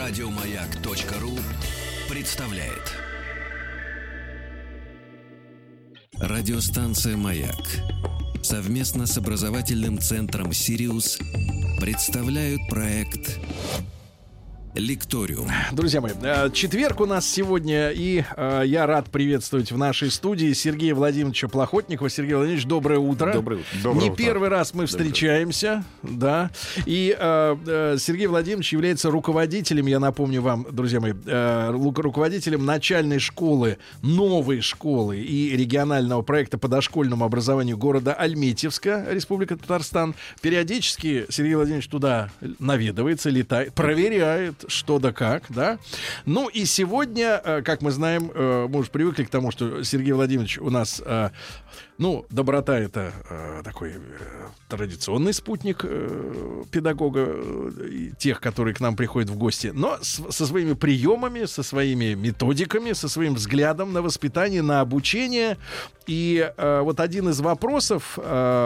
Радиомаяк.ру представляет. Радиостанция «Маяк» совместно с образовательным центром «Сириус» представляют проект «Лекториум». Друзья мои, четверг у нас сегодня, и я рад приветствовать в нашей студии Сергея Владимировича Плохотникова. Сергей Владимирович, доброе утро. Доброе утро. Не первый раз мы встречаемся, да. И Сергей Владимирович является руководителем, я напомню вам, друзья мои, руководителем начальной школы, новой школы и регионального проекта по дошкольному образованию города Альметьевска, Республика Татарстан. Периодически Сергей Владимирович туда наведывается, летает, проверяет, что да как, да. Ну и сегодня, как мы знаем, мы уже привыкли к тому, что Сергей Владимирович у нас, доброта — это такой традиционный спутник педагога, тех, которые к нам приходят в гости, но со своими приемами, со своими методиками, со своим взглядом на воспитание, на обучение. И вот один из вопросов,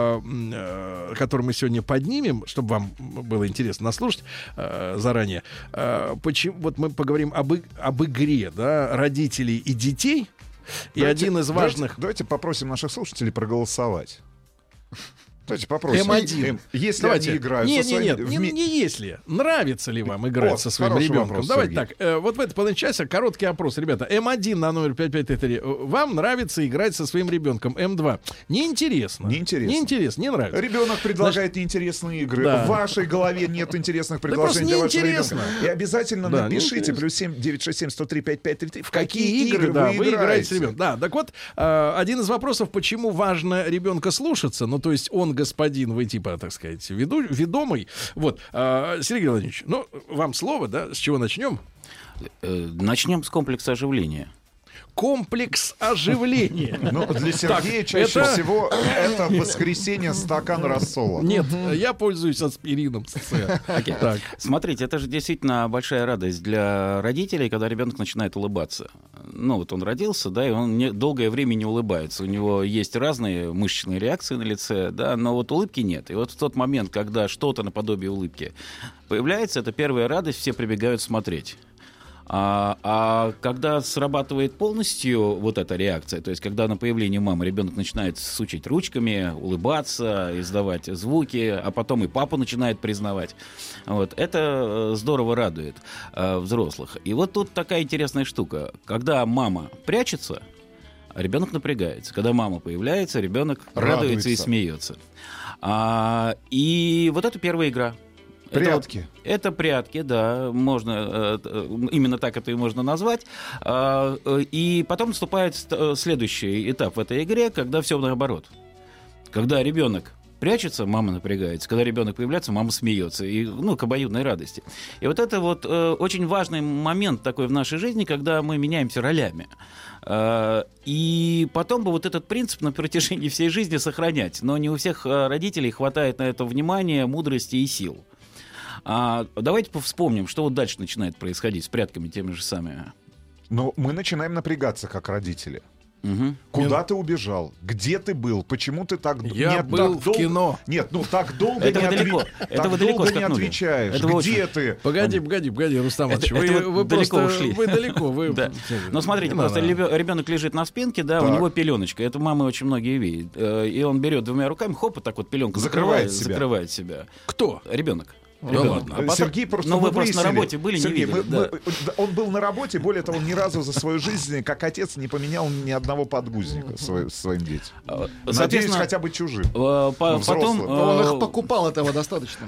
который мы сегодня поднимем, чтобы вам было интересно нас слушать заранее, вот мы поговорим об игре, да, родителей и детей. И один из важных... Давайте попросим наших слушателей проголосовать. Давайте попросим. М1. Если давайте. они играют Нет, со своими... не если. Нравится ли вам играть со своим ребенком? Вопрос, давайте Сергей. так. Вот в это половине часа короткий опрос. Ребята, М1 на номер 5533. Вам нравится играть со своим ребенком? М2. Неинтересно. Неинтересно, не нравится. Ребенок предлагает неинтересные игры. Да. В вашей голове нет интересных предложений для вашего ребенка. И обязательно напишите +7 967 103 5533. В какие игры вы играете с ребенком? Да, так вот, один из вопросов, почему важно ребенка слушаться, то есть он господин, вы типа, так сказать, ведомый. Вот, Сергей Владимирович, вам слово, да, с чего начнем? Начнем с комплекса оживления. Комплекс оживления. Для Сергея чаще всего это в воскресенье стакан рассола. Нет, я пользуюсь аспирином. Так. Смотрите, это же действительно большая радость для родителей, когда ребенок начинает улыбаться. Он родился, да, и он долгое время не улыбается. У него есть разные мышечные реакции на лице, да, но вот улыбки нет. И вот в тот момент, когда что-то наподобие улыбки появляется, это первая радость, все прибегают смотреть. А когда срабатывает полностью вот эта реакция, то есть когда на появление мамы ребенок начинает сучить ручками, улыбаться, издавать звуки, а потом и папу начинает признавать, это здорово радует взрослых. И вот тут такая интересная штука. Когда мама прячется, ребенок напрягается. Когда мама появляется, ребенок радуется и смеется. И вот это первая игра. Прятки. Это прятки, да, можно, именно так это и можно назвать. И потом наступает следующий этап в этой игре, когда все наоборот. Когда ребенок прячется, мама напрягается. Когда ребенок появляется, мама смеется. И, к обоюдной радости. И вот это вот очень важный момент такой в нашей жизни, когда мы меняемся ролями. И потом бы вот этот принцип на протяжении всей жизни сохранять. Но не у всех родителей хватает на это внимания, мудрости и сил. Давайте вспомним, что вот дальше начинает происходить с прятками теми же самыми. Мы начинаем напрягаться, как родители. Угу. Куда ты убежал? Где ты был? Почему ты так долго... Я был в кино. Нет, так долго это не, далеко. Так долго не отвечаешь. Это Где ты? Погоди, Рустам Иванович. Вы далеко просто ушли. Вы далеко. Да. Но смотрите, просто ребенок лежит на спинке, да, у него пеленочка. Это мамы очень многие видят. И он берет двумя руками, хоп, и так вот пеленка закрывает себя. Кто? Ребенок. Ладно. Сергей просто вы просто на работе были, Сергей, не видели. Он был на работе, более того, он ни разу за свою жизнь, как отец, не поменял ни одного подгузника своим детям. Надеюсь, хотя бы чужим. Потом он их покупал, этого достаточно.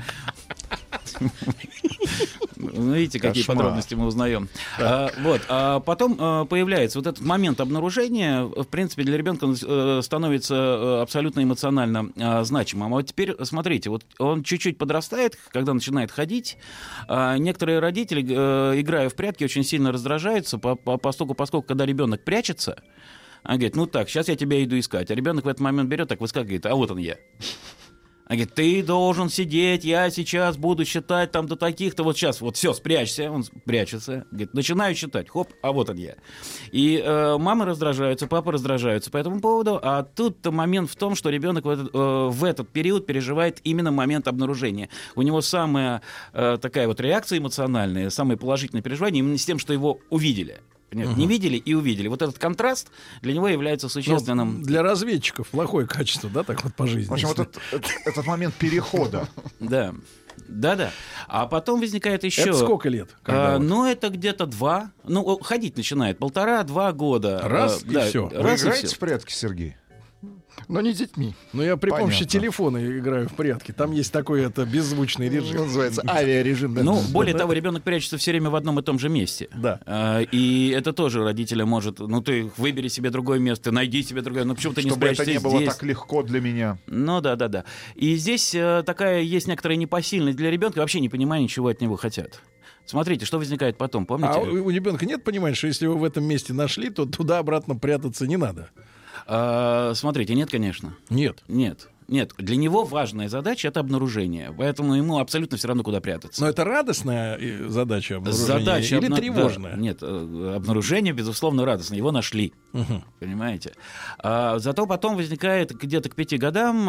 Видите, какие подробности мы узнаем. Потом появляется вот этот момент обнаружения. В принципе, для ребенка он становится абсолютно эмоционально значимым. А вот теперь, смотрите, вот он чуть-чуть подрастает, когда начинает ходить. Некоторые родители, играя в прятки, очень сильно раздражаются, поскольку когда ребенок прячется, он говорит, сейчас я тебя иду искать. А ребенок в этот момент берет, так выскакивает, а вот он я. Она говорит, ты должен сидеть, я сейчас буду считать там до таких-то, вот сейчас, вот все, спрячься. Он прячется, говорит, начинаю считать, хоп, а вот он я. И мамы раздражаются, папы раздражаются по этому поводу, а тут-то момент в том, что ребенок в этот период переживает именно момент обнаружения. У него самая такая вот реакция эмоциональная, самое положительное переживание именно с тем, что его увидели. Не видели и увидели. Вот этот контраст для него является существенным. Для разведчиков плохое качество, да, так вот по жизни. В общем, вот этот момент перехода. Да. Да-да. А потом возникает еще... Это сколько лет? Ну, это где-то 2. Ну, ходить начинает 1,5-2 года. Раз и все. Вы играете в прятки, Сергей? Но не с детьми. Ну, я при помощи Понятно. телефона играю в прятки. Там есть такой беззвучный режим. Называется авиарежим. Да. Ну, более того, ребенок прячется все время в одном и том же месте. Да. И это тоже родителя может... Ну, ты выбери себе другое место, найди себе другое. Ну, почему ты не Чтобы это спрячешься не было здесь? так легко для меня. Ну, да. И здесь такая есть некоторая непосильность для ребенка, вообще не понимая, чего от него хотят. Смотрите, что возникает потом, помните? А у ребенка нет понимания, что если вы в этом месте нашли, то туда-обратно прятаться не надо? Смотрите, нет, конечно. Нет. Нет, для него важная задача — это обнаружение. Поэтому ему абсолютно все равно, куда прятаться. Но это радостная задача обнаружения или тревожная? Да, нет, обнаружение, безусловно, радостное. Его нашли. Понимаете? Зато потом возникает где-то к 5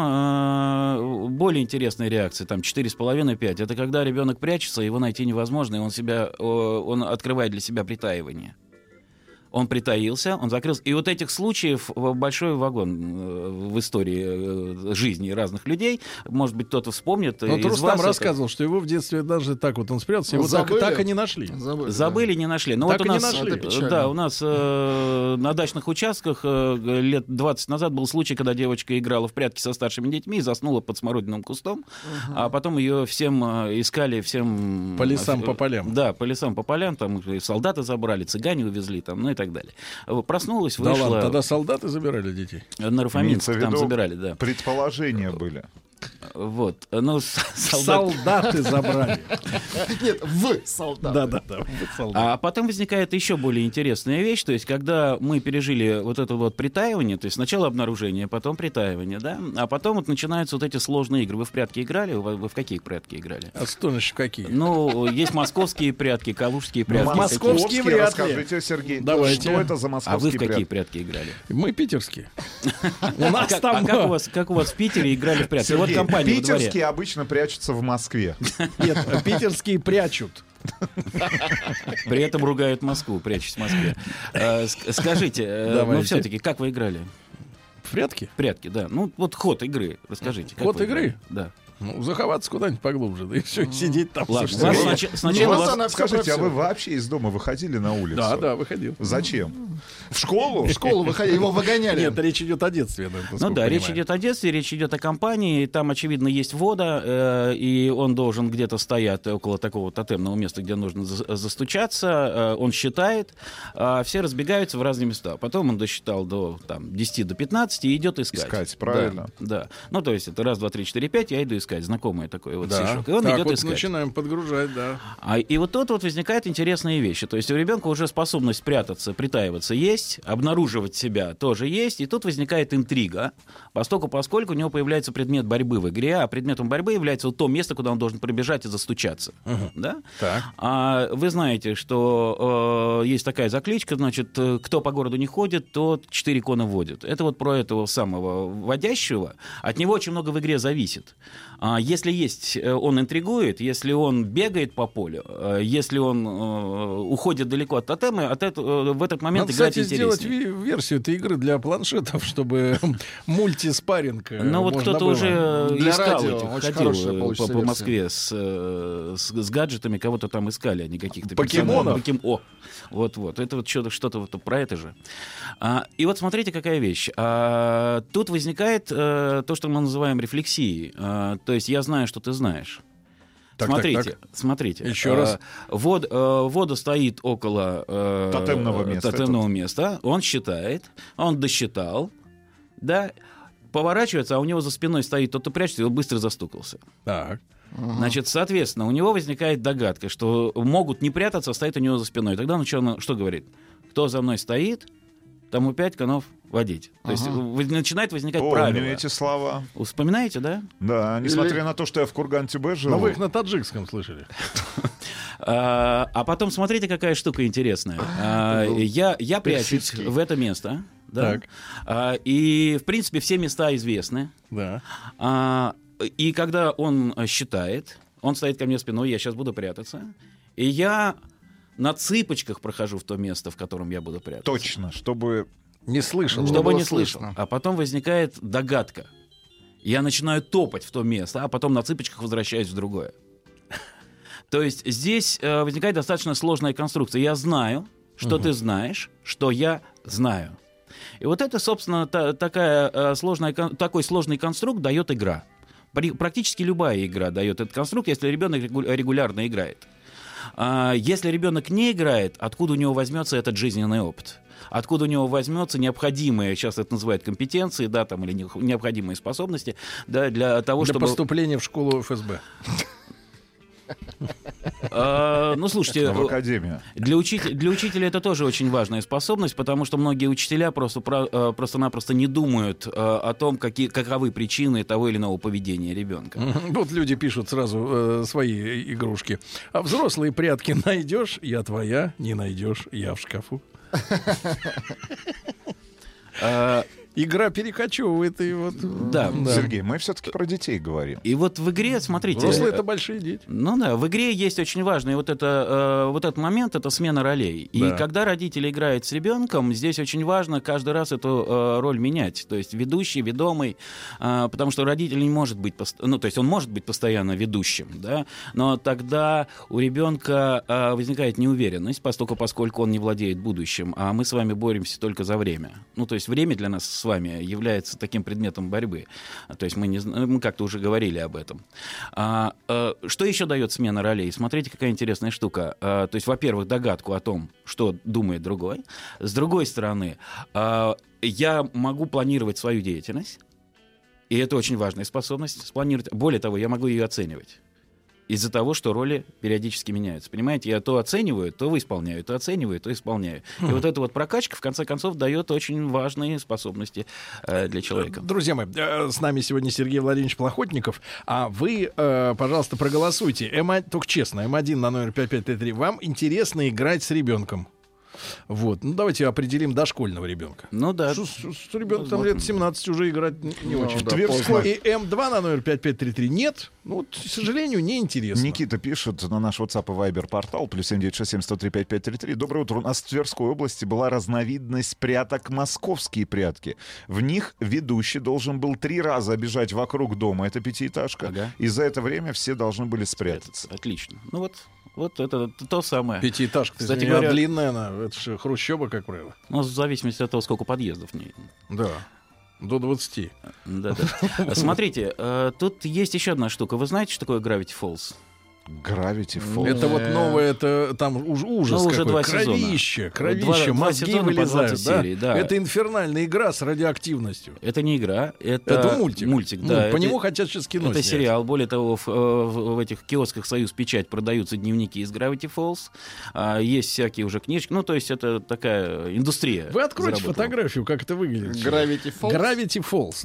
годам более интересная реакция, там 4,5-5. Это когда ребенок прячется, его найти невозможно, и он открывает для себя притаивание. Он притаился, он закрылся. И вот этих случаев большой вагон в истории жизни разных людей. Может быть, кто-то вспомнит. Вот Рустам рассказывал, что его в детстве даже так вот он спрятался, его так и не нашли. Забыли, не нашли. Но так вот и не нашли. Да, у нас на дачных участках лет 20 назад был случай, когда девочка играла в прятки со старшими детьми и заснула под смородиновым кустом, а потом ее всем искали, всем... По лесам, по полям. Да, по лесам, по полям. Там солдаты забрали, цыгане увезли, там, ну и так далее. Проснулась, вышла... Да ладно, тогда солдаты забирали детей? На Рафаминск там забирали, да. Предположения были. Вот. Ну, солдаты забрали. Нет, в солдаты. Да. А потом возникает еще более интересная вещь, то есть когда мы пережили вот это вот притаивание, то есть сначала обнаружение, потом притаивание, да, а потом вот начинаются вот эти сложные игры. Вы в прятки играли? Вы в какие прятки играли? А что значит какие? Ну, есть московские прятки, калужские прятки. Московские вряд ли. Расскажите, Сергей, Давайте. что это за А вы московские в какие прятки? прятки играли? Мы питерские. У нас там... Как у вас в Питере играли в прятки? Вот Сергей, компания во дворе. питерские обычно прячутся в Москве. Нет, питерские прячут. При этом ругают Москву, прячась в Москве. Скажите, ну все-таки, как вы играли? В прятки? Прятки, да. Ну, вот ход игры, расскажите. Ход игры? Да. Ну, заховаться куда-нибудь поглубже, да и все, сидеть там. Ладно, Слушайте, сначала Скажите, а вы вообще из дома выходили на улицу? Да, выходил. Зачем? В школу? В школу выходили, его выгоняли. Нет, речь идет о детстве. Ну да, речь идет о детстве, речь идет о компании, там, очевидно, есть вода, и он должен где-то стоять около такого тотемного места, где нужно застучаться, он считает, все разбегаются в разные места. Потом он досчитал до 10 до 15 и идет искать. Искать, правильно. Да. Ну, то есть это раз, два, три, четыре, пять, я иду искать. Знакомый такой вот Да. стишок. И он Так идет вот искать. начинаем подгружать, да. И вот тут вот возникают интересные вещи. То есть у ребенка уже способность прятаться, притаиваться есть, обнаруживать себя тоже есть, и тут возникает интрига, поскольку у него появляется предмет борьбы в игре, а предметом борьбы является вот то место, куда он должен пробежать и застучаться. Да? Так. Вы знаете, что есть такая закличка, значит, кто по городу не ходит, тот 4 кона водит. Это вот про этого самого водящего. От него очень много в игре зависит. Если есть, он интригует, если он бегает по полю, если он уходит далеко от тотема, в этот момент Надо, играть кстати, интереснее. сделать версию этой игры для планшетов, чтобы мультиспарринг Ну вот кто-то было. уже Для искал радио этих, очень хорошая ходил получится по версия. Москве с гаджетами, кого-то там искали, они каких-то Покемонов? персонажей. Вот. Это вот что-то вот про это же. И вот смотрите, какая вещь. Тут возникает то, что мы называем рефлексией. То есть я знаю, что ты знаешь. Так, Смотрите. Еще раз. Вода стоит около Тотемного места. Он считает, он досчитал, да, поворачивается, а у него за спиной стоит тот, кто прячется, и он быстро застукался. Так. Значит, соответственно, у него возникает догадка, что могут не прятаться, а стоит у него за спиной. Тогда он что говорит? Кто за мной стоит, тому 5 конов водить. То есть начинает возникать правило. Помню эти слова. Вспоминаете, да? Да, несмотря на то, что я в Курган-Тюбе жил. Но вы их на таджикском слышали. А потом смотрите, какая штука интересная. Я прячусь в это место. Да? И, в принципе, все места известны. Да. И когда он считает, он стоит ко мне спиной, я сейчас буду прятаться, и я на цыпочках прохожу в то место, в котором я буду прятаться. Точно, чтобы... Не слышал. Чтобы не слышал. А потом возникает догадка. Я начинаю топать в то место, а потом на цыпочках возвращаюсь в другое. То есть здесь возникает достаточно сложная конструкция. Я знаю, что ты знаешь, что я знаю. И вот это, собственно, такой сложный конструкт дает игра. Практически любая игра дает этот конструкт, если ребенок регулярно играет. Если ребенок не играет, откуда у него возьмется этот жизненный опыт? Откуда у него возьмется необходимые, сейчас это называют компетенции, да, там, или необходимые способности, да, для того, чтобы... Для поступления в школу ФСБ. Ну, слушайте, в академию. Для учителя это тоже очень важная способность, потому что многие учителя просто-напросто не думают о том, каковы причины того или иного поведения ребенка. Вот люди пишут сразу свои игрушки. А взрослые прятки найдешь, я твоя, не найдешь, я в шкафу. Игра перекочевывает и вот... Да. Сергей, мы все-таки про детей говорим. И вот в игре, смотрите... Взрослые — это большие дети. Ну да, в игре есть очень важный вот этот момент, это смена ролей. Да. И когда родители играют с ребенком, здесь очень важно каждый раз эту роль менять. То есть ведущий, ведомый, потому что родитель не может быть... Ну, то есть он может быть постоянно ведущим, да, но тогда у ребенка возникает неуверенность, поскольку он не владеет будущим, а мы с вами боремся только за время. Ну, то есть время для нас с вами является таким предметом борьбы. То есть мы как-то уже говорили об этом. Что еще дает смена ролей? Смотрите, какая интересная штука. То есть, во-первых, догадку о том, что думает другой. С другой стороны, я могу планировать свою деятельность, и это очень важная способность спланировать. Более того, я могу ее оценивать. Из-за того, что роли периодически меняются. Понимаете, я то оцениваю, то исполняю, то оцениваю, то исполняю. И вот эта вот прокачка, в конце концов, дает очень важные способности для человека. Друзья мои, с нами сегодня Сергей Владимирович Плохотников. А вы, пожалуйста, проголосуйте. Только честно, М1 на номер 5533. Вам интересно играть с ребенком? Вот. Ну, давайте определим дошкольного ребенка. Ну да. С ребенком там лет 17 уже играть не очень. Да, и М2 на номер 5533 нет. Ну, вот, к сожалению, неинтересно. Никита пишет на наш WhatsApp и Viber портал +7 967 103 5533. Доброе утро. У нас в Тверской области была разновидность пряток «Московские прятки». В них ведущий должен был 3 раза обижать вокруг дома. Это 5-этажка. Ага. И за это время все должны были спрятаться. Отлично. Ну вот это то самое. 5-этажка, кстати говоря, длинная она. Это же хрущоба, как правило. Ну, в зависимости от того, сколько подъездов в ней. Да. До 20. Да. Смотрите, тут есть еще одна штука. Вы знаете, что такое Gravity Falls? Gravity Falls. Это вот новое, это там ужас уже какой. 2 сезона. Кровище, мозги вылезают. Серий, да. Это инфернальная игра с радиоактивностью. Это не игра, это мультик. Мультик, да. По нему хотят сейчас кино Это снять. сериал. Более того, в этих киосках «Союз Печать» продаются дневники из Gravity Falls. Есть всякие уже книжки. Ну, то есть это такая индустрия. Вы откройте фотографию, как это выглядит. Gravity Falls? Gravity Falls,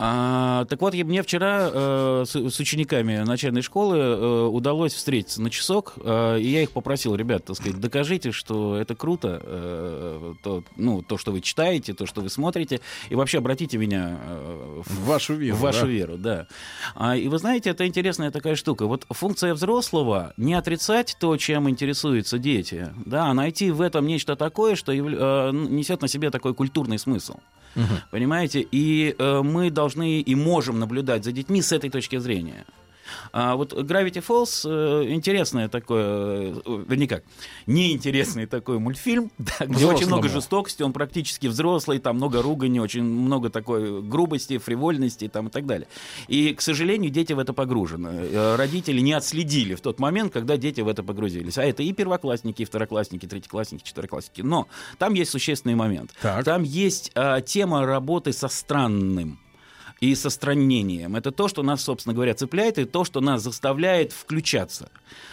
да. Так вот, мне вчера с учениками начальной школы удалось встретиться на часок, и я их попросил: ребят, так сказать, докажите, что это круто, то, что вы читаете, то, что вы смотрите, и вообще обратите меня в вашу веру. В вашу веру, да. И вы знаете, это интересная такая штука. Вот функция взрослого — не отрицать то, чем интересуются дети, да, а найти в этом нечто такое, что несет на себе такой культурный смысл. Понимаете? И мы должны и можем наблюдать за детьми с этой точки зрения. Вот Gravity Falls интересное такое, неинтересный такой мультфильм, да, где очень много жестокости, он практически взрослый, там много ругани, очень много такой грубости, фривольности там, и так далее. И, к сожалению, дети в это погружены. Родители не отследили в тот момент, когда дети в это погрузились. А это и первоклассники, и второклассники, и третьеклассники, четвероклассники. Но там есть существенный момент. Так. Там есть тема работы со странным. и со страннением. Это то, что нас, собственно говоря, цепляет, и то, что нас заставляет включаться.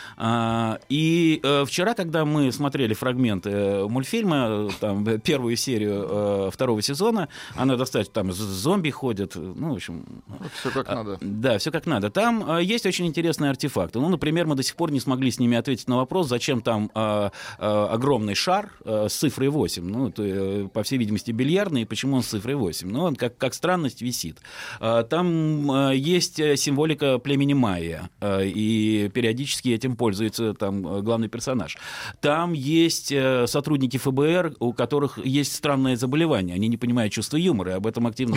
И вчера, когда мы смотрели фрагменты мультфильма, там, первую серию второго сезона, она достаточно, там зомби ходят, ну, в общем... Все как надо. Да, все как надо. Там есть очень интересные артефакты. Ну, например, мы до сих пор не смогли с ними ответить на вопрос, зачем там огромный шар с цифрой 8. Ну, это, по всей видимости, бильярдный, и почему он с цифрой 8. Ну, он как странность висит. Там есть символика племени майя, и периодически этим пользуется там главный персонаж. Там есть сотрудники ФБР, у которых есть странное заболевание. Они не понимают чувства юмора, и об этом активно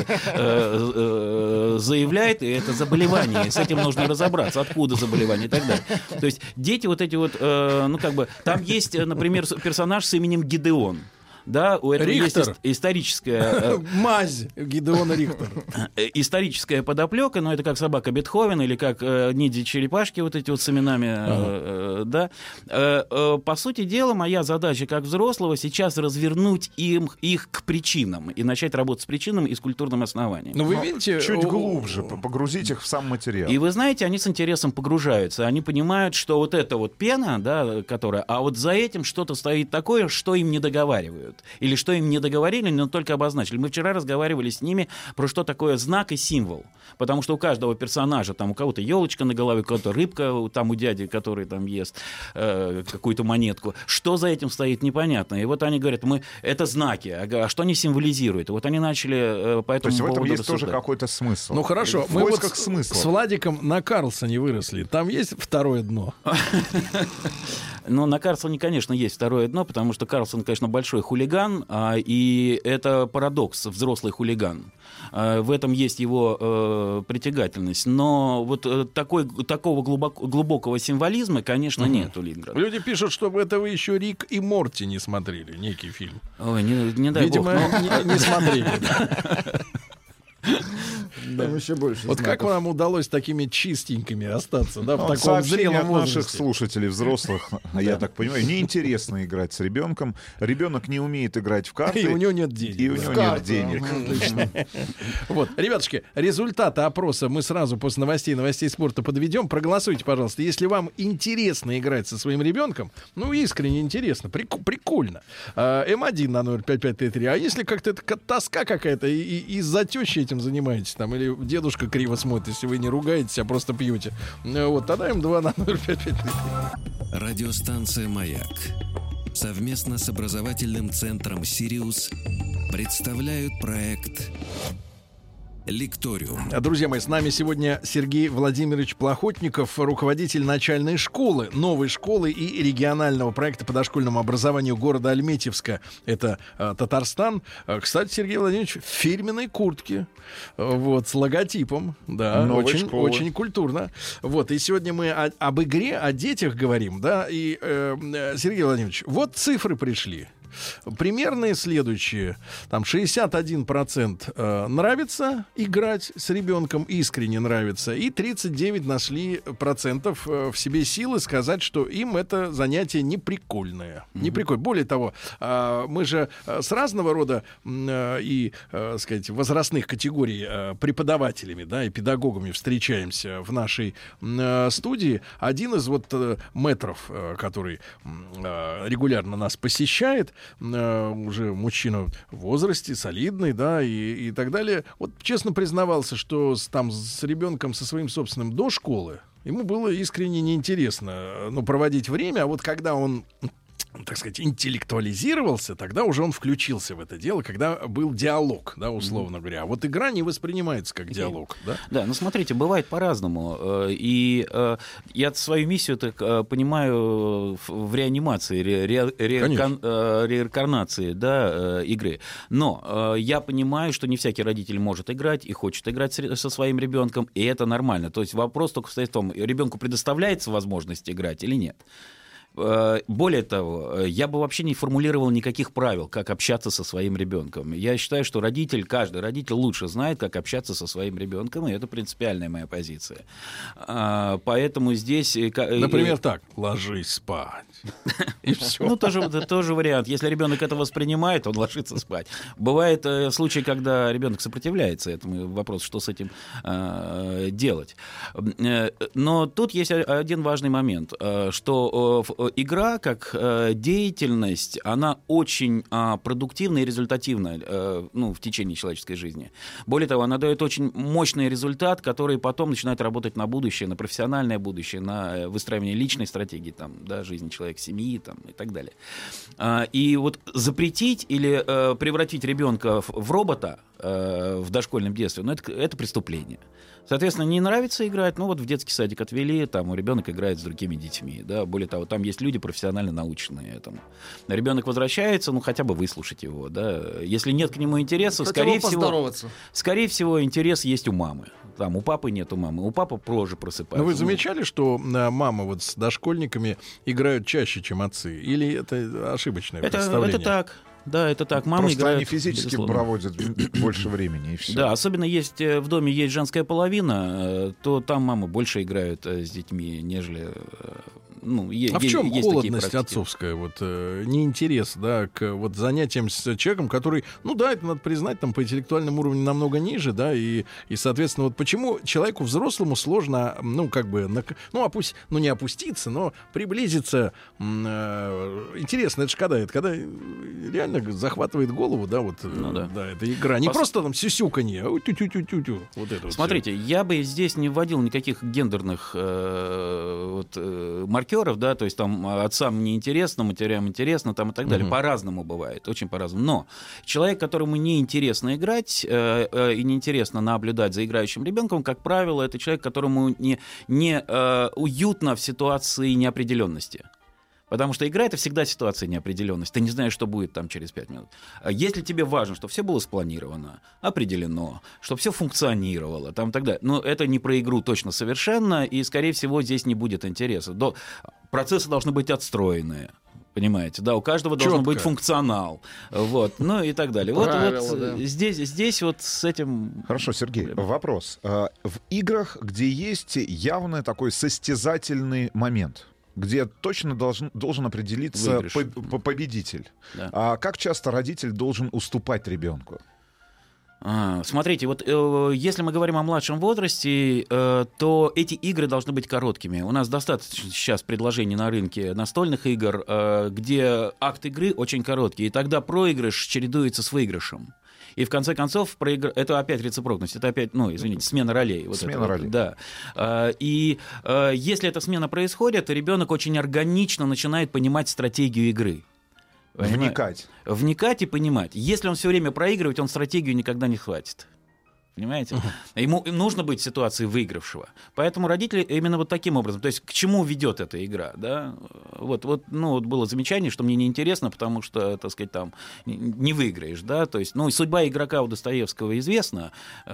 заявляет, и это заболевание. С этим нужно разобраться, откуда заболевание и так далее. То есть дети вот эти вот, ну как бы, там есть, например, персонаж с именем Гидеон. Да, у этого Рихтер. есть историческая... Мазь Гидеона Рихтера. Историческая подоплека, но это как собака Бетховена или как ниндзя-черепашки вот эти вот с именами. Да. По сути дела, моя задача как взрослого сейчас развернуть их к причинам и начать работать с причинами и с культурным основанием. Ну, вы видите... Чуть глубже, погрузить их в сам материал. И вы знаете, они с интересом погружаются. Они понимают, что вот эта вот пена, да, которая... А вот за этим что-то стоит такое, что им не договаривают. Или что им не договорили, но только обозначили. Мы вчера разговаривали с ними про что такое знак и символ. Потому что у каждого персонажа, там у кого-то елочка на голове, у кого-то рыбка, там у дяди, который там ест какую-то монетку. Что за этим стоит, непонятно. И вот они говорят, это знаки, а что они символизируют? И вот они начали по этому поводу. То есть в этом есть рассуждать. тоже какой-то смысл. Ну хорошо, В мы вот поисках смысла. с Владиком на Карлсоне выросли. Там есть второе дно? Но на Карлсоне, конечно, есть второе дно, потому что Карлсон, конечно, большой хулиган, и это парадокс, взрослый хулиган. В этом есть его притягательность. Но вот такого глубокого символизма, конечно, нет у Линдгрена. Люди пишут, что это вы еще Рик и Морти не смотрели, некий фильм. Ой, не дай Видимо, бог. не смотрели. Там еще больше Вот как знаков. вам удалось такими чистенькими остаться, да, в Ну, таком сообщение зрелом от наших возрасте? слушателей, взрослых, я так понимаю, неинтересно играть с ребенком. Ребенок не умеет играть в карты. И у него нет денег. И у него нет Карты. денег. Вот, ребятушки, результаты опроса мы сразу после новостей спорта подведем. Проголосуйте, пожалуйста. Если вам интересно играть со своим ребенком, ну, искренне интересно, прикольно. М1 на 05533. А если как-то это тоска какая-то, и из-за тещи этим занимаетесь, там, или дедушка криво смотрит, если вы не ругаетесь, а просто пьете, вот, тогда М2 на 05533. Радиостанция «Маяк» совместно с образовательным центром «Сириус» представляют проект «Лекториум». Друзья мои, с нами сегодня Сергей Владимирович Плохотников, руководитель начальной школы, новой школы и регионального проекта по дошкольному образованию города Альметьевска. Это Татарстан. Кстати, Сергей Владимирович в фирменной куртке, вот, с логотипом. Да, Новой очень, школы. очень культурно. Вот, и сегодня мы об игре, о детях говорим, да, и, Сергей Владимирович, вот цифры пришли. Примерные следующие. Там 61% нравится играть с ребенком, искренне нравится, и 39% нашли процентов в себе силы сказать, что им это занятие неприкольное. Неприкольное. Более того, мы же с разного рода и, сказать, возрастных категорий преподавателями, да, и педагогами встречаемся в нашей студии. Один из вот мэтров, который регулярно нас посещает, уже мужчина в возрасте, солидный, да, и так далее. Вот честно признавался, что там с ребенком со своим собственным до школы ему было искренне неинтересно, ну, проводить время, а вот когда он, так сказать, интеллектуализировался, тогда уже он включился в это дело, когда был диалог, да, условно говоря. А вот игра не воспринимается как диалог, да? Да, ну смотрите, бывает по-разному. И я свою миссию так понимаю в реанимации, реинкарнации, да, игры. Но я понимаю, что не всякий родитель может играть и хочет играть со своим ребенком, и это нормально. То есть вопрос только состоит в том, ребенку предоставляется возможность играть или нет. Более того, я бы вообще не формулировал никаких правил, как общаться со своим ребенком. Я считаю, что каждый родитель лучше знает, как общаться со своим ребенком, и это принципиальная моя позиция. Поэтому здесь... Например, так: ложись спать. И все. Ну, тоже вариант. Если ребенок это воспринимает, он ложится спать. Бывает случаи, когда ребенок сопротивляется этому. Вопрос, что с этим делать. Но тут есть один важный момент, что игра как деятельность, она очень продуктивна и результативна в течение человеческой жизни. Более того, она дает очень мощный результат, который потом начинает работать на будущее, на профессиональное будущее, на выстраивание личной стратегии жизни человека, семьи и так далее. И вот запретить или превратить ребенка в робота в дошкольном детстве, это преступление. Соответственно, не нравится играть, в детский садик отвели, там ребенок играет с другими детьми, да, более того, там есть люди профессионально наученные этому. Ребенок возвращается, хотя бы выслушать его, да, если нет к нему интереса, скорее всего, интерес есть у мамы. Там у папы нет, у мамы. У папы позже просыпается. Но вы замечали, что мамы с дошкольниками играют чаще, чем отцы? Или это ошибочное представление? Это так. Да, это так. Мама Просто играет, они физически безусловно. проводят больше времени, и все. Да, особенно в доме есть женская половина, то там мамы больше играют с детьми, нежели... в чем холодность отцовская, неинтерес, к занятиям с человеком, который, это надо признать, там по интеллектуальному уровню намного ниже, да, и соответственно, почему человеку взрослому сложно, не опуститься, но приблизиться, интересно, это же когда реально захватывает голову, да, эта игра, не просто там сюсюканье, тю-тю-тю-тю-тю, вот это. Смотрите, я бы здесь не вводил никаких гендерных маркеров, да, то есть там отцам неинтересно, матерям интересно, там и так далее. По-разному бывает, очень по-разному. Но человек, которому неинтересно играть и неинтересно наблюдать за играющим ребенком, как правило, это человек, которому не уютно в ситуации неопределенности. Потому что игра — это всегда ситуация неопределенности. Ты не знаешь, что будет там через 5 минут. Если тебе важно, чтобы все было спланировано, определено, чтобы все функционировало, там и так далее, но это не про игру точно совершенно, и, скорее всего, здесь не будет интереса. Процессы должны быть отстроенные. Понимаете, да, у каждого должен быть функционал, и так далее. Правила, здесь с этим... Хорошо, Сергей, вопрос. В играх, где есть явный такой состязательный момент, где точно должен определиться победитель. Да. А как часто родитель должен уступать ребенку? Смотрите, если мы говорим о младшем возрасте, то эти игры должны быть короткими. У нас достаточно сейчас предложений на рынке настольных игр, где акт игры очень короткий, и тогда проигрыш чередуется с выигрышем. И в конце концов, это опять рецепрокность, это опять, смена ролей. Смена ролей. Да. И если эта смена происходит, ребенок очень органично начинает понимать стратегию игры. Вникать и понимать. Если он все время проигрывает, он стратегию никогда не хватит. Понимаете? Ему нужно быть в ситуации выигравшего. Поэтому родители именно таким образом. То есть к чему ведет эта игра? Да? Было замечание, что мне неинтересно, потому что, так сказать, там не выиграешь. Да? То есть, судьба игрока у Достоевского известна.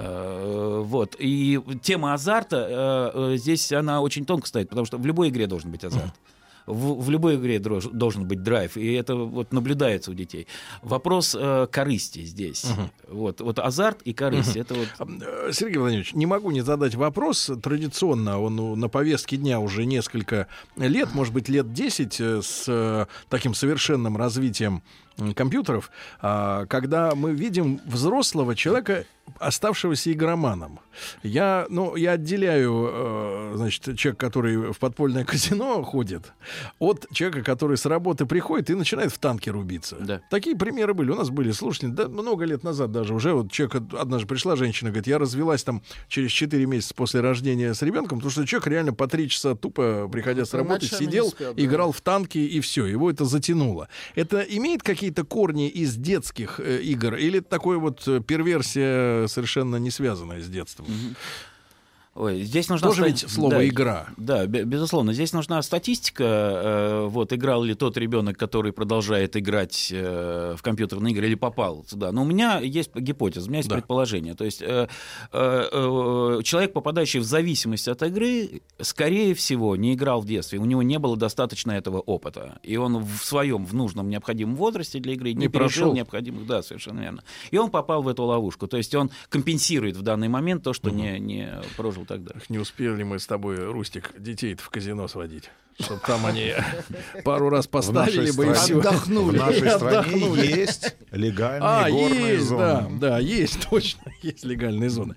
И тема азарта здесь она очень тонко стоит, потому что в любой игре должен быть азарт. В любой игре должен быть драйв, и это наблюдается у детей. Вопрос корысти здесь. Азарт и корысть. Это Сергей Владимирович, не могу не задать вопрос. Традиционно он на повестке дня уже несколько лет, может быть, лет 10, с таким совершенным развитием компьютеров, когда мы видим взрослого человека, оставшегося игроманом. Я отделяю, человека, который в подпольное казино ходит, от человека, который с работы приходит и начинает в танке рубиться. Да. Такие примеры были. У нас были слушатели, много лет назад даже уже. Человек, однажды пришла женщина, говорит, я развелась там через 4 месяца после рождения с ребенком, потому что человек реально по 3 часа тупо, приходя с работы, сидел, играл в танки, и все, его это затянуло. Это имеет какие-то корни из детских игр, или такой перверсия совершенно не связанная с детством? Ой, здесь нужна Тоже ведь слово «игра». Да, безусловно. Здесь нужна статистика. Вот, играл ли тот ребенок, который продолжает играть в компьютерные игры, или попал туда. Но у меня есть гипотеза, у меня есть предположение. То есть человек, попадающий в зависимость от игры, скорее всего, не играл в детстве. У него не было достаточно этого опыта. И он в нужном, необходимом возрасте для игры не пережил необходимых... Да, совершенно верно. И он попал в эту ловушку. То есть он компенсирует в данный момент то, что не прожил тогда. Не успели мы с тобой, Рустик, детей-то в казино сводить, чтобы там они пару раз поставили бы и все. Отдохнули. В нашей стране есть легальные горные зоны. Да, есть, точно, есть легальные зоны.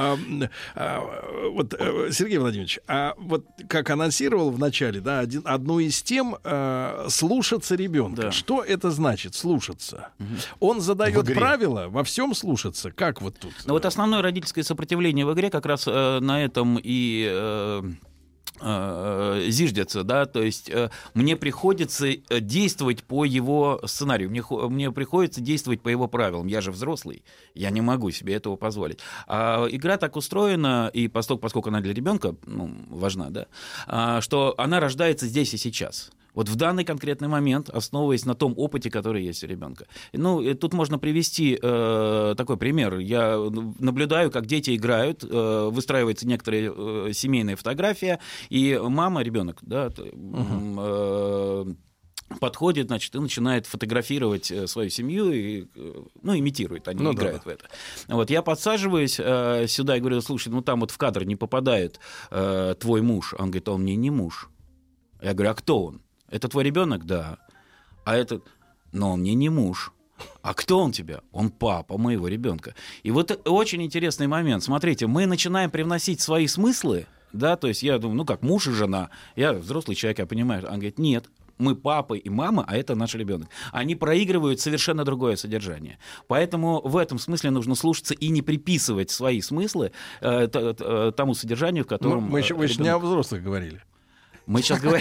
Вот, Сергей Владимирович, вот как анонсировал в начале, да, одну из тем слушаться ребенка. Да. Что это значит, слушаться? Он задает правила, во всем слушаться. Как вот тут? Ну вот основное родительское сопротивление в игре как раз на этом и зиждется, да, то есть мне приходится действовать по его сценарию, мне приходится действовать по его правилам, я же взрослый, я не могу себе этого позволить. А игра так устроена, и поскольку она для ребенка важна, да, что она рождается здесь и сейчас. Вот в данный конкретный момент, основываясь на том опыте, который есть у ребенка. Ну, тут можно привести такой пример. Я наблюдаю, как дети играют, выстраивается некоторая семейная фотография, и мама, ребенок, да, подходит, значит, и начинает фотографировать свою семью, и, имитирует, они играют в это. Вот, я подсаживаюсь сюда и говорю: слушай, там вот в кадр не попадает твой муж. Он говорит: он мне не муж. Я говорю: а кто он? Это твой ребенок? Да. А этот? Но он мне не муж. А кто он тебе? Он папа моего ребенка. И вот очень интересный момент. Смотрите, мы начинаем привносить свои смыслы, да, то есть я думаю, как муж и жена, я взрослый человек, я понимаю. Он говорит: нет, мы папа и мама, а это наш ребенок. Они проигрывают совершенно другое содержание. Поэтому в этом смысле нужно слушаться и не приписывать свои смыслы тому содержанию, в котором... Мы еще не о взрослых говорили. Мы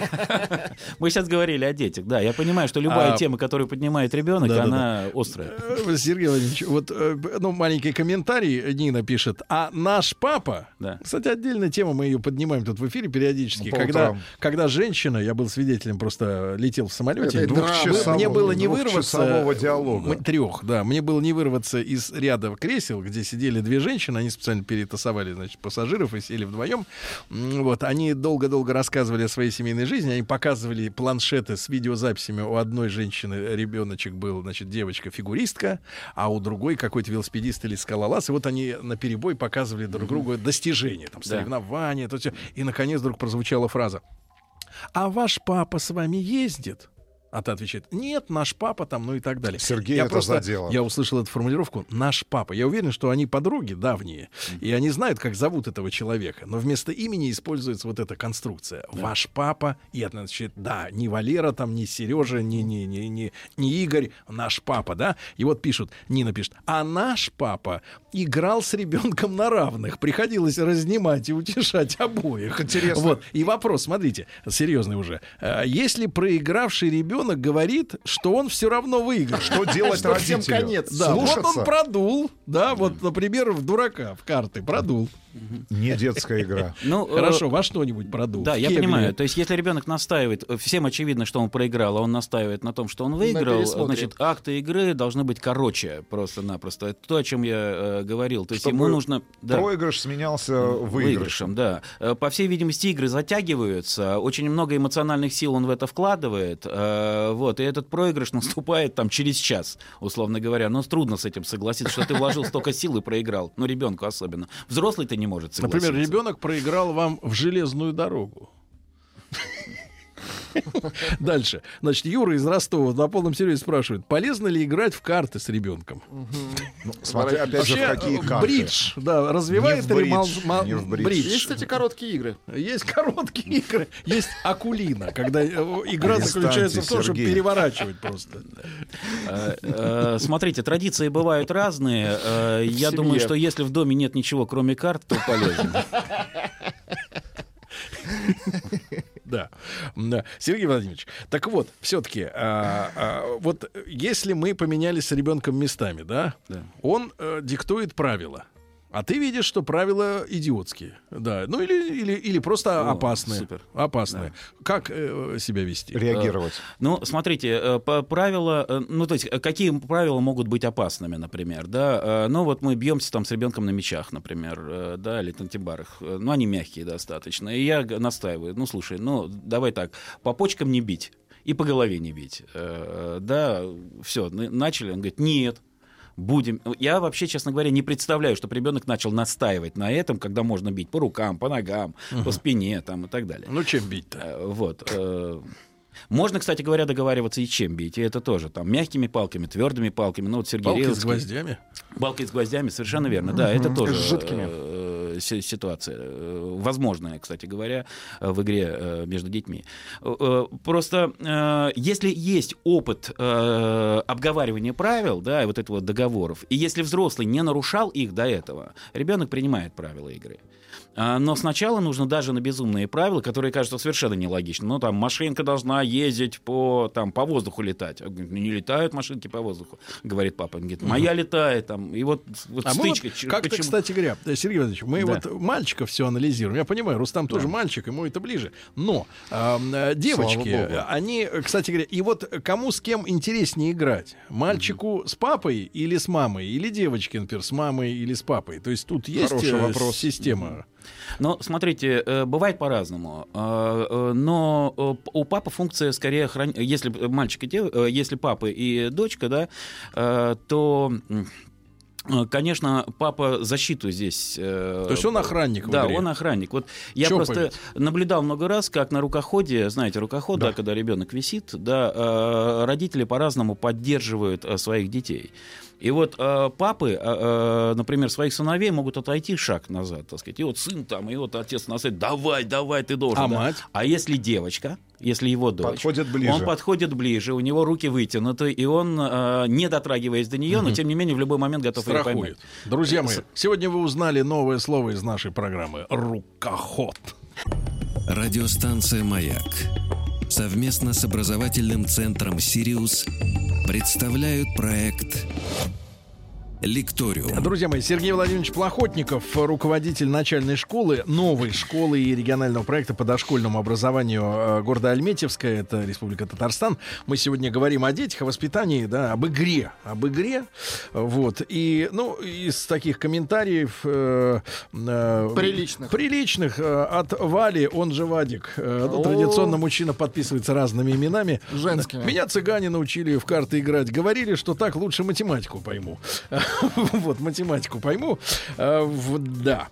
сейчас говорили о детях. Да, я понимаю, что любая тема, которую поднимает ребенок, она острая. Сергей Владимирович, вот маленький комментарий Нина пишет. А наш папа, кстати, отдельная тема, мы ее поднимаем тут в эфире периодически, когда женщина, я был свидетелем, просто летел в самолете, мне было не вырваться... диалога. Мне было не вырваться из ряда кресел, где сидели две женщины, они специально перетасовали, значит, пассажиров и сели вдвоем. Вот, они долго-долго рассказывали о своей семейной жизни, они показывали планшеты с видеозаписями. У одной женщины ребеночек был, значит, девочка-фигуристка, а у другой какой-то велосипедист или скалолаз. И вот они наперебой показывали друг другу достижения, там, соревнования, то все. И, наконец, вдруг прозвучала фраза: «А ваш папа с вами ездит?» А та отвечает: нет, наш папа там, и так далее. Сергей, это задело. Я услышал эту формулировку «наш папа». Я уверен, что они подруги давние, и они знают, как зовут этого человека. Но вместо имени используется вот эта конструкция. Ваш папа. И это значит, не Валера, там, не Сережа, не Игорь, наш папа, да? И вот Нина пишет: а наш папа играл с ребенком на равных. Приходилось разнимать и утешать обоих. Интересно. Вот. И вопрос, смотрите, серьезный уже. Если проигравший ребенок говорит, что он все равно выиграл. Что делать родителю? Всем конец. Да, вот он продул. Да, вот, например, в дурака, в карты продул. Не детская игра. Хорошо, во что-нибудь продул. Да, я понимаю. То есть, если ребенок настаивает, всем очевидно, что он проиграл, а он настаивает на том, что он выиграл, значит, акты игры должны быть короче просто-напросто. Это то, о чем я говорил. То есть, ему нужно... Проигрыш сменялся выигрышем. Да. По всей видимости, игры затягиваются, очень много эмоциональных сил он в это вкладывает, вот, и этот проигрыш наступает там через час, условно говоря. Но трудно с этим согласиться, что ты вложил столько сил и проиграл. Ребенку особенно. Взрослый-то не может согласиться. Например, ребенок проиграл вам в железную дорогу. Дальше. Значит, Юра из Ростова на полном серьезе спрашивает: полезно ли играть в карты с ребенком? Смотри, опять же, в какие карты. Бридж, да, развивает не в бридж. Есть, кстати, короткие игры. Есть короткие игры. Есть акулина, когда игра заключается в том, чтобы переворачивать просто. Смотрите, традиции бывают разные. Я думаю, что если в доме нет ничего, кроме карт, то полезно. Да. Сергей Владимирович, так вот, все-таки, вот если мы поменялись с ребенком местами, да, он диктует правила. А ты видишь, что правила идиотские, да, ну или просто опасные, супер. опасные. Да. Как себя вести? Реагировать. Ну, смотрите, правила, ну, то есть, какие правила могут быть опасными, например, да? Ну, вот мы бьемся там с ребенком на мячах, например, да, или тантибарах. Ну, они мягкие достаточно. И я настаиваю, ну, слушай, ну, давай так, по почкам не бить и по голове не бить. Да, все, начали. Он говорит, нет. Будем. Я вообще, честно говоря, не представляю, чтобы ребенок начал настаивать на этом, когда можно бить по рукам, по ногам, по спине там, и так далее. Ну, чем бить-то? Вот. Можно, кстати говоря, договариваться и чем бить. И это тоже там мягкими палками, твердыми палками. Ну, вот Сергей Палки Реутский. с гвоздями? Палки с гвоздями, совершенно верно. Да, это тоже С жидкими. ситуация. Возможная, кстати говоря, в игре между детьми. Просто если есть опыт обговаривания правил, да, и вот этого договоров, и если взрослый не нарушал их до этого, ребенок принимает правила игры. Но сначала нужно даже на безумные правила, которые кажутся совершенно нелогичными. Ну, там, машинка должна ездить по воздуху летать. Не летают машинки по воздуху, говорит папа. Он говорит, моя летает. Там. И вот стычка. Как-то, кстати говоря, Сергей Владимирович, мы вот мальчиков все анализируем. Я понимаю, Рустам тоже мальчик, ему это ближе. Но девочки, они, кстати говоря, и вот кому с кем интереснее играть? Мальчику с папой или с мамой? Или девочке, например, с мамой или с папой? То есть тут есть система. Ну, смотрите, бывает по-разному. Но у папы функция скорее если мальчик и если папа и дочка, да, то... Конечно, папа защиту здесь... То есть он охранник в Да, игре. он охранник. Вот я просто наблюдал много раз, как на рукоходе, знаете, рукоход, да, когда ребенок висит, да, родители по-разному поддерживают своих детей. И вот папы, например, своих сыновей могут отойти шаг назад, так сказать. И вот сын там, и вот отец насадит, давай, ты должен. А да. мать? А если девочка, если его дочь, подходит ближе. Он подходит ближе, у него руки вытянуты, и он, не дотрагиваясь до нее, но тем не менее в любой момент готов ее поймать. Друзья мои, сегодня вы узнали новое слово из нашей программы — рукоход. Радиостанция «Маяк» совместно с образовательным центром «Сириус» представляют проект «Лекториум». Друзья мои, Сергей Владимирович Плохотников, руководитель начальной школы, новой школы и регионального проекта по дошкольному образованию города Альметьевская, это Республика Татарстан. Мы сегодня говорим о детях, о воспитании, да, об игре. Вот. И, ну, из таких комментариев приличных от Вали, он же Вадик. Традиционно мужчина подписывается разными именами. Женскими. Меня цыгане научили в карты играть. Говорили, что так лучше математику пойму. Вот, математику пойму. Да.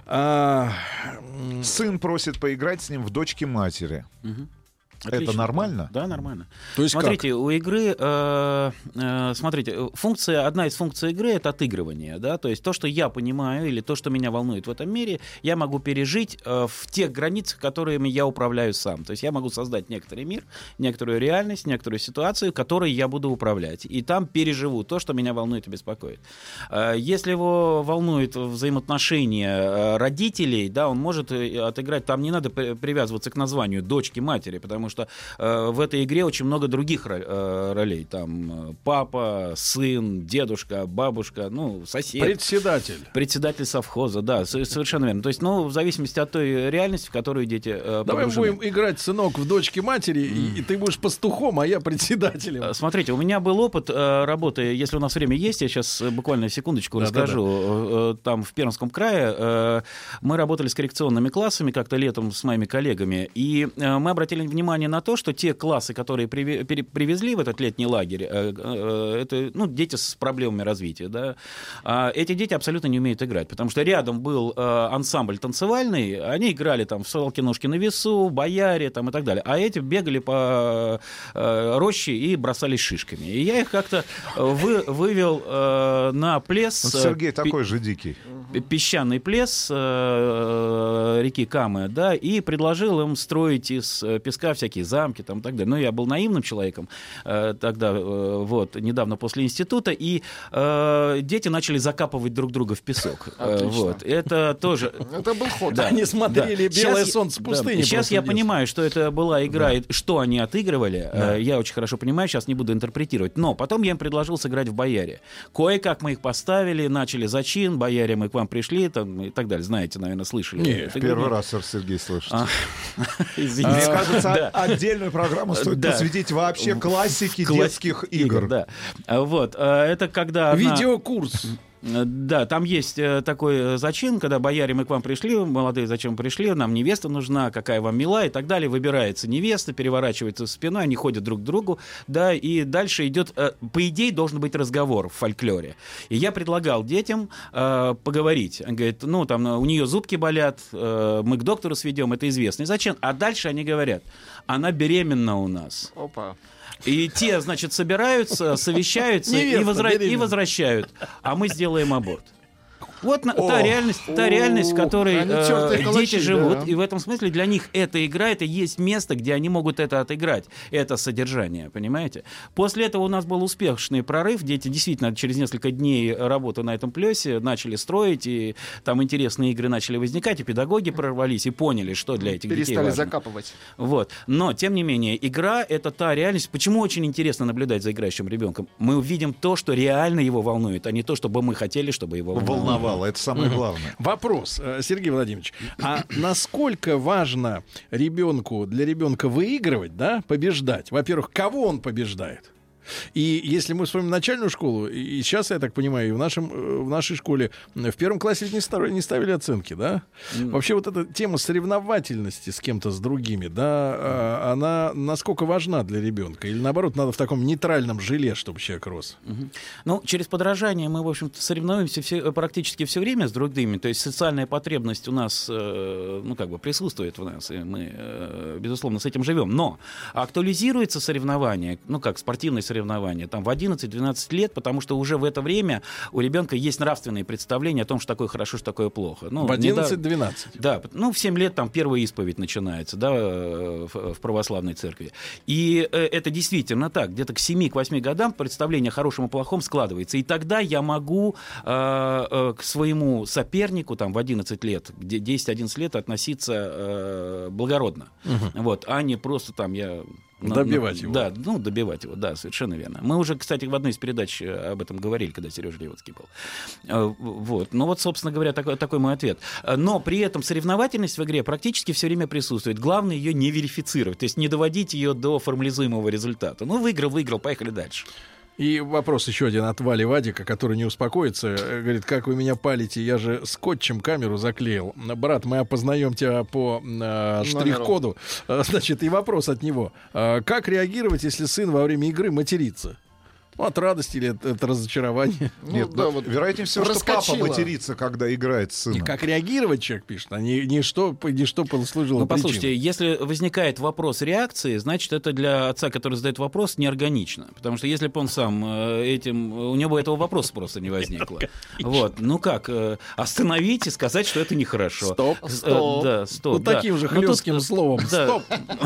Сын просит поиграть с ним в дочке матери. Отлично. Это нормально? Да, нормально. То есть смотрите, как? У игры, одна из функций игры — это отыгрывание, да, то есть то, что я понимаю или то, что меня волнует в этом мире, я могу пережить в тех границах, которыми я управляю сам. То есть я могу создать некоторый мир, некоторую реальность, некоторую ситуацию, которой я буду управлять, и там переживу то, что меня волнует и беспокоит. Если его волнует взаимоотношения родителей, да, он может отыграть, там не надо привязываться к названию дочки, матери, потому что в этой игре очень много других ролей. Там папа, сын, дедушка, бабушка, ну, сосед. Председатель совхоза, да, совершенно верно. То есть, ну, в зависимости от той реальности, в которую дети Давай погружены. будем играть, сынок, в дочке матери, и ты будешь пастухом, а я председателем. Смотрите, у меня был опыт работы, если у нас время есть, я сейчас буквально секундочку расскажу. Там в Пермском крае мы работали с коррекционными классами как-то летом с моими коллегами, и мы обратили внимание на то, что те классы, которые привезли в этот летний лагерь, это, ну, дети с проблемами развития, да, эти дети абсолютно не умеют играть, потому что рядом был ансамбль танцевальный, они играли там в «Солки-ножки на весу», «Бояре» там, и так далее, а эти бегали по роще и бросались шишками. И я их как-то вывел на плес. Сергей такой же дикий. Песчаный плес реки Камы, да, и предложил им строить из песка всякие замки там, и так далее. Но я был наивным человеком тогда, вот, недавно после института, и дети начали закапывать друг друга в песок. Вот. Это тоже... Это был ход. Да. Они смотрели «Белое солнце пустыни». Сейчас я понимаю, что это была игра, и что они отыгрывали. Я очень хорошо понимаю, сейчас не буду интерпретировать. Но потом я им предложил сыграть в «Бояре». Кое-как мы их поставили, начали зачин, «Бояре», мы к вам пришли, там, и так далее. Знаете, наверное, слышали. Нет, первый раз, Сергей, слышит. Извините. Мне кажется, отдельную программу стоит посвятить вообще классике детских игр. Да. Вот. Это когда... Видеокурс. Да, там есть такой зачин, когда бояре, мы к вам пришли, молодые, зачем пришли, нам невеста нужна, какая вам мила и так далее. Выбирается невеста, переворачивается спиной, они ходят друг к другу, да, и дальше идет, по идее, должен быть разговор в фольклоре. И я предлагал детям поговорить. Он говорит, ну, там, у нее зубки болят, мы к доктору сведем, это известный зачин. А дальше они говорят, она беременна у нас. Опа. И те, значит, собираются, совещаются и возвращают. А мы сделаем аборт. Вот та реальность, в которой дети живут. Да. И в этом смысле для них эта игра, это есть место, где они могут это отыграть. Это содержание, понимаете? После этого у нас был успешный прорыв. Дети действительно через несколько дней работы на этом плёсе начали строить, и там интересные игры начали возникать, и педагоги прорвались и поняли, что для этих детей важно. Перестали закапывать. Вот. Но, тем не менее, игра — это та реальность. Почему очень интересно наблюдать за играющим ребенком? Мы увидим то, что реально его волнует, а не то, чтобы мы хотели, чтобы его волновало. Это самое главное. Вопрос, Сергей Владимирович, а насколько важно для ребенка выигрывать, да, побеждать? Во-первых, кого он побеждает? И если мы вспомним начальную школу, и сейчас, я так понимаю, и в нашей школе в первом классе не ставили оценки, да? Вообще вот эта тема соревновательности с кем-то, с другими, да, она насколько важна для ребенка? Или наоборот, надо в таком нейтральном желе, чтобы человек рос? Ну, через подражание мы, в общем-то, соревнуемся практически все время с другими. То есть социальная потребность у нас, ну, как бы присутствует в нас, и мы, безусловно, с этим живем. Но актуализируется соревнование, ну, как спортивное соревнования там в 11-12 лет, потому что уже в это время у ребенка есть нравственные представления о том, что такое хорошо, что такое плохо. Ну, в 11-12? Да, ну в 7 лет там первая исповедь начинается, да, в православной церкви. И это действительно так. Где-то к 7-8 годам представление о хорошем и плохом складывается. И тогда я могу к своему сопернику там в 11 лет, 10-11 лет относиться благородно. Вот, а не просто там я... Добивать его. Да, ну, добивать его, да, совершенно верно. Мы уже, кстати, в одной из передач об этом говорили, когда Сережа Левицкий был. Вот. Ну вот, собственно говоря, такой мой ответ. Но при этом соревновательность в игре практически все время присутствует. Главное ее не верифицировать, то есть не доводить ее до формализуемого результата. Ну, выиграл, поехали дальше. И вопрос еще один от Вали Вадика, который не успокоится. Говорит, как вы меня палите, я же скотчем камеру заклеил. Брат, мы опознаем тебя по штрих-коду. Значит, и вопрос от него. Как реагировать, если сын во время игры матерится? От радости или от разочарования? Нет, да, вот вероятнее всего, что папа матерится, когда играет с сыном. И как реагировать, человек пишет, а не что послужило причиной. Послушайте, если возникает вопрос реакции, значит, это для отца, который задает вопрос, неорганично. Потому что если бы он сам у него этого вопроса просто не возникло. Вот. Ну как, остановить и сказать, что это нехорошо. Стоп. Да, стоп. Вот таким же хлестким словом. Стоп.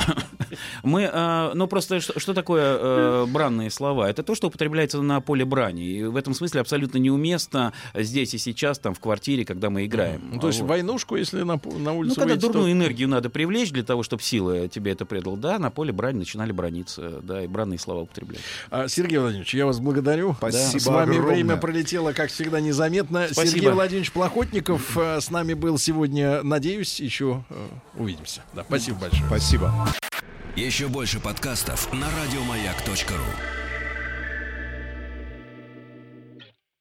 Ну просто что такое бранные слова? Это то, что употребляется на поле брани. И в этом смысле абсолютно неуместно здесь и сейчас, там, в квартире, когда мы играем. Ну, то есть войнушку, если на улицу когда выйти, дурную энергию надо привлечь для того, чтобы сила тебе это предала, да, на поле брани начинали браниться, да, и бранные слова употреблять. Сергей Владимирович, я вас благодарю. Спасибо. С вами огромное. Время пролетело, как всегда, незаметно. Спасибо. Сергей Владимирович Плохотников с нами был сегодня. Надеюсь, еще увидимся. Да, спасибо большое. Спасибо. Еще больше подкастов на радиомаяк.ру.